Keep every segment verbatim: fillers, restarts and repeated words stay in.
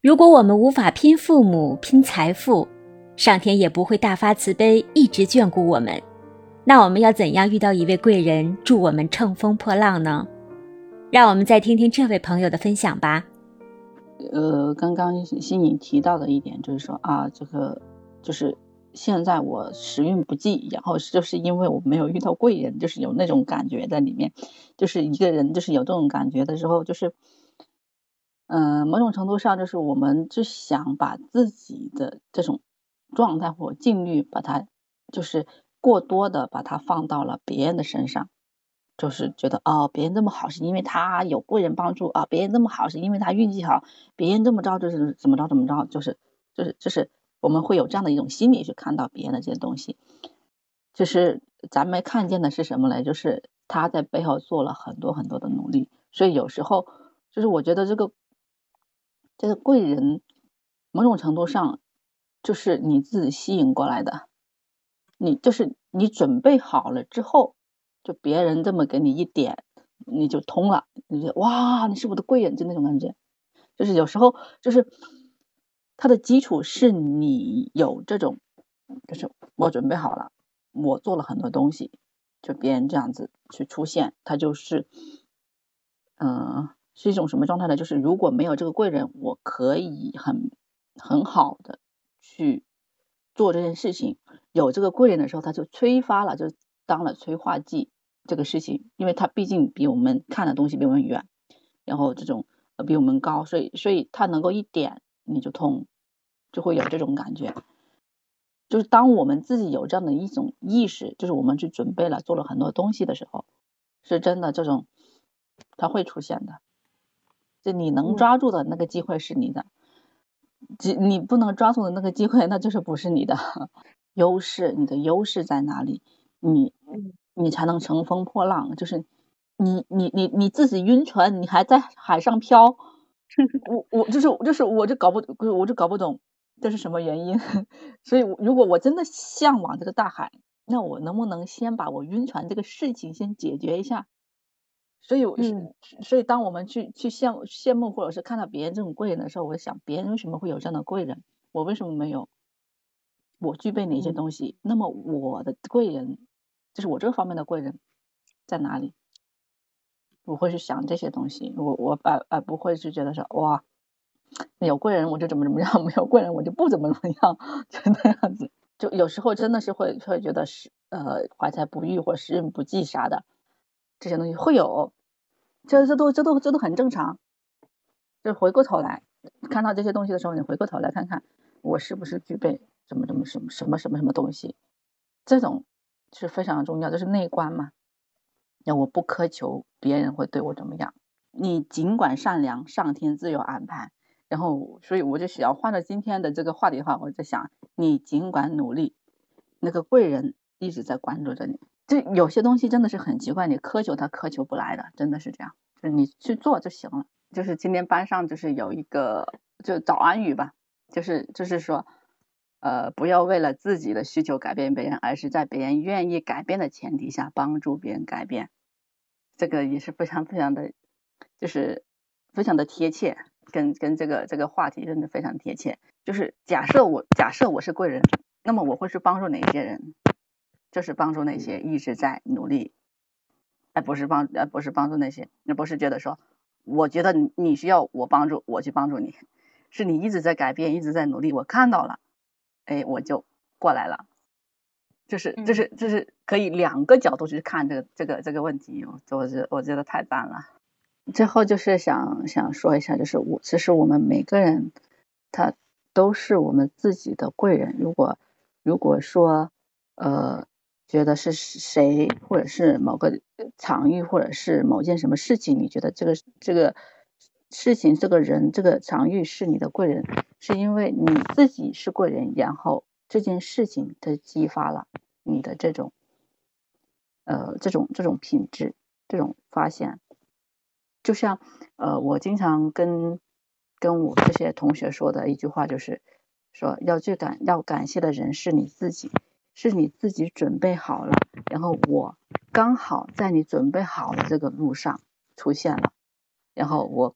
如果我们无法拼父母、拼财富，上天也不会大发慈悲，一直眷顾我们。那我们要怎样遇到一位贵人，助我们乘风破浪呢？让我们再听听这位朋友的分享吧。 呃，刚刚欣颖提到的一点就是说啊，这个就是现在我时运不济，然后就是因为我没有遇到贵人，就是有那种感觉在里面，就是一个人就是有这种感觉的时候，就是嗯、呃，某种程度上就是我们就想把自己的这种状态或境遇把它就是过多的把它放到了别人的身上，就是觉得哦，别人这么好是因为他有贵人帮助啊，别人这么好是因为他运气好，别人这么着就是怎么着怎么着，就是就是就是我们会有这样的一种心理去看到别人的这些东西。就是咱们看见的是什么嘞？就是他在背后做了很多很多的努力，所以有时候就是我觉得这个这个贵人某种程度上就是你自己吸引过来的，你就是你准备好了之后，就别人这么给你一点，你就通了，你就哇，你是我的贵人，就那种感觉。就是有时候就是它的基础是你有这种，就是我准备好了，我做了很多东西，就别人这样子去出现，它就是嗯、呃是一种什么状态呢？就是如果没有这个贵人，我可以很很好的去做这件事情。有这个贵人的时候，他就催发了，就当了催化剂这个事情，因为他毕竟比我们看的东西比我们远，然后这种呃比我们高，所以所以他能够一点你就通，就会有这种感觉。就是当我们自己有这样的一种意识，就是我们去准备了做了很多东西的时候，是真的这种它会出现的。就你能抓住的那个机会是你的，你不能抓住的那个机会那就是不是你的。优势，你的优势在哪里？你你才能乘风破浪。就是你你你你自己晕船，你还在海上漂，我我就是就是我就搞不我就搞不懂这是什么原因。所以如果我真的向往这个大海，那我能不能先把我晕船这个事情先解决一下？所以我是， 嗯所以当我们去去羡慕羡慕或者是看到别人这种贵人的时候，我想别人为什么会有这样的贵人，我为什么没有？我具备哪些嗯东西？那么我的贵人，就是我这方面的贵人在哪里？我会去想这些东西，我我而而不会去觉得说哇，有贵人我就怎么怎么样，没有贵人我就不怎么怎么样，就那样子。就有时候真的是会会觉得是呃怀才不遇或时运不济啥的，这些东西会有，这这都这都这都很正常。就回过头来看到这些东西的时候，你回过头来看看我是不是具备什么什么什么什么什么什么东西，这种是非常重要，这是内观嘛。那我不苛求别人会对我怎么样，你尽管善良，上天自有安排。然后，所以我就想换了今天的这个话题的话，我在想，你尽管努力，那个贵人一直在关注着你。这有些东西真的是很奇怪，你苛求他苛求不来的，真的是这样，就是你去做就行了。就是今天班上就是有一个就早安语吧，就是就是说呃，不要为了自己的需求改变别人，而是在别人愿意改变的前提下帮助别人改变。这个也是非常非常的，就是非常的贴切，跟跟这个这个话题真的非常贴切。就是假设我假设我是贵人，那么我会去帮助哪些人？就是帮助那些一直在努力，而不是帮而不是帮助那些，而不是觉得说，我觉得你你需要我帮助，我去帮助你，是你一直在改变，一直在努力，我看到了，哎，我就过来了。就是就是就是可以两个角度去看这个这个这个问题，我我觉得我觉得太赞了。最后就是想想说一下，就是我其实我们每个人他都是我们自己的贵人。如果如果说呃觉得是谁或者是某个场域或者是某件什么事情，你觉得这个这个事情这个人这个场域是你的贵人，是因为你自己是贵人，然后这件事情它激发了你的这种呃这种这种品质，这种发现。就像呃我经常跟跟我这些同学说的一句话，就是说要最感要感谢的人是你自己，是你自己准备好了，然后我刚好在你准备好的这个路上出现了，然后我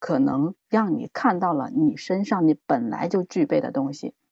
可能让你看到了你身上你本来就具备的东西，